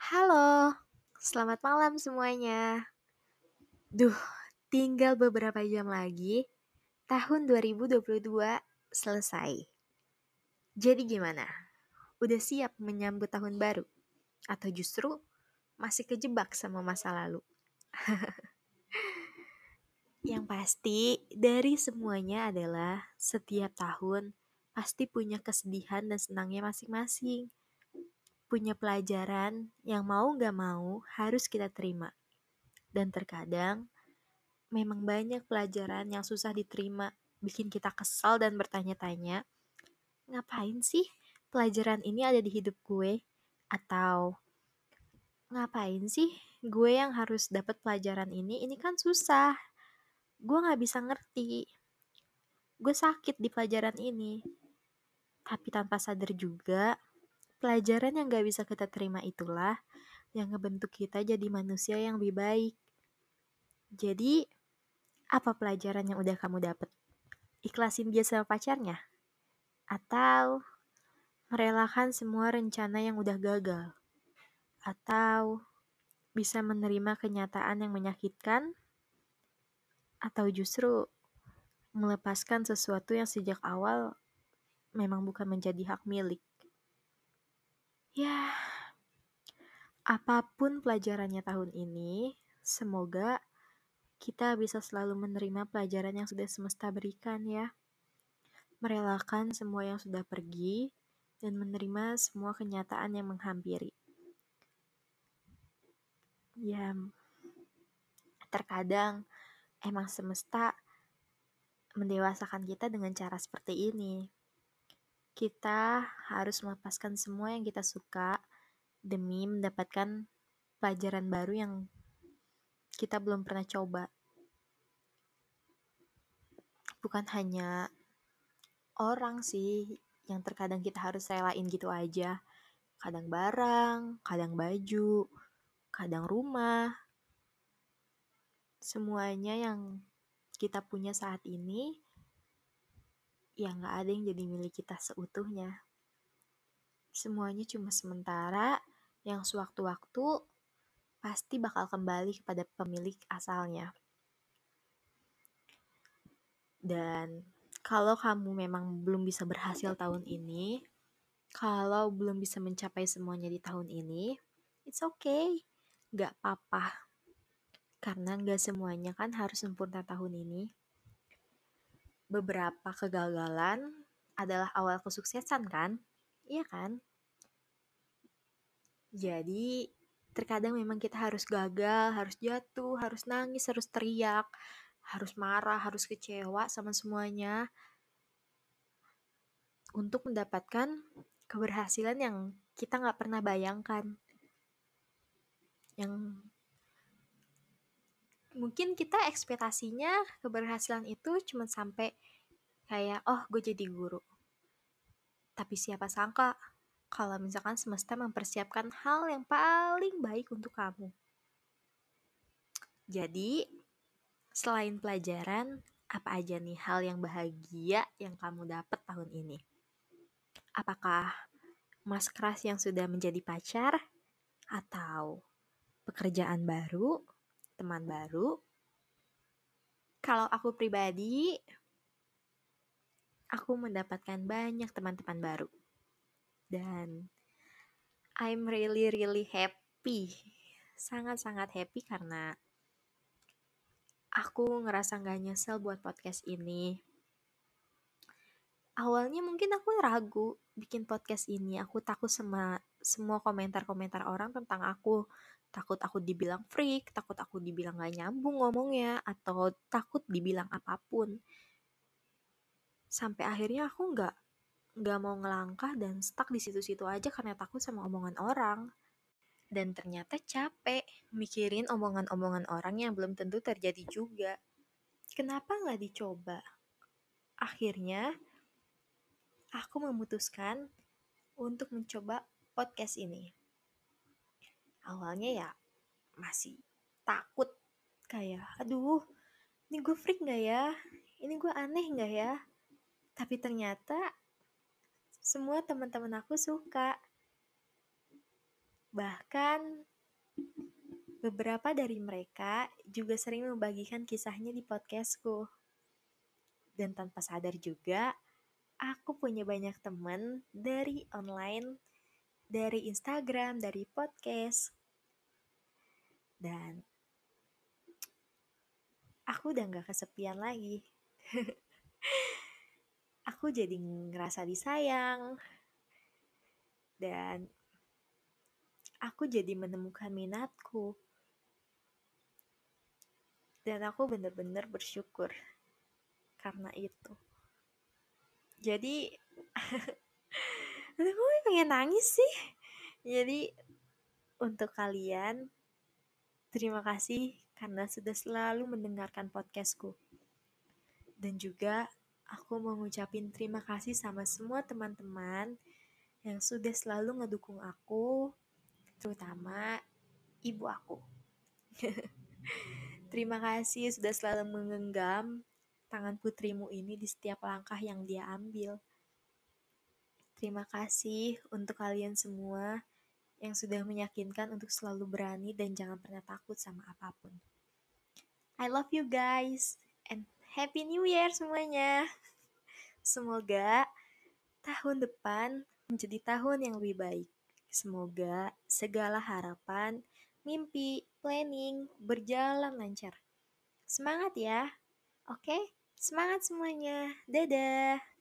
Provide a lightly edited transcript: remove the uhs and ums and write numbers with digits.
Halo, selamat malam semuanya. Duh, tinggal beberapa jam lagi, tahun 2022 selesai. Jadi gimana? Udah siap menyambut tahun baru? Atau justru masih kejebak sama masa lalu? Yang pasti, dari semuanya adalah setiap tahun pasti punya kesedihan dan senangnya masing-masing. Punya pelajaran yang mau gak mau harus kita terima. Dan terkadang memang banyak pelajaran yang susah diterima, bikin kita kesal dan bertanya-tanya, ngapain sih pelajaran ini ada di hidup gue? Atau ngapain sih gue yang harus dapat pelajaran ini? Ini kan susah, gue gak bisa ngerti, gue sakit di pelajaran ini. Tapi tanpa sadar juga, pelajaran yang gak bisa kita terima itulah yang ngebentuk kita jadi manusia yang lebih baik. Jadi, apa pelajaran yang udah kamu dapet? Ikhlasin dia sama pacarnya? Atau merelakan semua rencana yang udah gagal? Atau bisa menerima kenyataan yang menyakitkan? Atau justru melepaskan sesuatu yang sejak awal memang bukan menjadi hak milik? Ya, apapun pelajarannya tahun ini, semoga kita bisa selalu menerima pelajaran yang sudah semesta berikan ya. Merelakan semua yang sudah pergi dan menerima semua kenyataan yang menghampiri. Ya, terkadang emang semesta mendewasakan kita dengan cara seperti ini. Kita harus melepaskan semua yang kita suka demi mendapatkan pelajaran baru yang kita belum pernah coba. Bukan hanya orang sih yang terkadang kita harus relain gitu aja. Kadang barang, kadang baju, kadang rumah. Semuanya yang kita punya saat ini, ya nggak ada yang jadi milik kita seutuhnya. Semuanya cuma sementara, yang sewaktu-waktu pasti bakal kembali kepada pemilik asalnya. Dan kalau kamu memang belum bisa berhasil tahun ini, kalau belum bisa mencapai semuanya di tahun ini, it's okay, gak apa-apa. Karena gak semuanya kan harus sempurna tahun ini. Beberapa kegagalan adalah awal kesuksesan kan? Iya kan? Jadi terkadang memang kita harus gagal, harus jatuh, harus nangis, harus teriak, harus marah, harus kecewa sama semuanya untuk mendapatkan keberhasilan yang kita nggak pernah bayangkan. Yang mungkin kita ekspektasinya keberhasilan itu cuma sampai kayak, oh gue jadi guru. Tapi siapa sangka kalau misalkan semesta mempersiapkan hal yang paling baik untuk kamu. Jadi, selain pelajaran, apa aja nih hal yang bahagia yang kamu dapat tahun ini? Apakah mas keras yang sudah menjadi pacar? Atau pekerjaan baru? Teman baru? Kalau aku pribadi, aku mendapatkan banyak teman-teman baru. Dan I'm really happy. Sangat-sangat happy karena aku ngerasa gak nyesel buat podcast ini. Awalnya mungkin aku ragu bikin podcast ini. Aku takut sama semua komentar-komentar orang tentang aku. Takut aku dibilang freak, takut aku dibilang gak nyambung ngomongnya, atau takut dibilang apapun. Sampai akhirnya aku gak mau ngelangkah dan stuck di situ-situ aja karena takut sama omongan orang. Dan ternyata capek mikirin omongan-omongan orang yang belum tentu terjadi juga. Kenapa gak dicoba? Akhirnya, aku memutuskan untuk mencoba podcast ini. Awalnya ya masih takut, kayak aduh ini gue freak gak ya? Ini gue aneh gak ya? Tapi ternyata semua teman-teman aku suka. Bahkan beberapa dari mereka juga sering membagikan kisahnya di podcastku. Dan tanpa sadar juga, aku punya banyak teman dari online, dari Instagram, dari podcast. Dan aku udah gak kesepian lagi. Aku jadi ngerasa disayang. Dan aku jadi menemukan minatku. Dan aku bener-bener bersyukur karena itu. Jadi, aku pengen nangis sih. Jadi, untuk kalian, terima kasih karena sudah selalu mendengarkan podcastku. Dan juga, aku mau ngucapin terima kasih sama semua teman-teman yang sudah selalu ngedukung aku, terutama ibu aku. Terima kasih sudah selalu menggenggam tangan putrimu ini di setiap langkah yang dia ambil. Terima kasih untuk kalian semua yang sudah meyakinkan untuk selalu berani dan jangan pernah takut sama apapun. I love you guys and Happy New Year semuanya. Semoga tahun depan menjadi tahun yang lebih baik. Semoga segala harapan, mimpi, planning berjalan lancar. Semangat ya. Oke? Semangat semuanya. Dadah.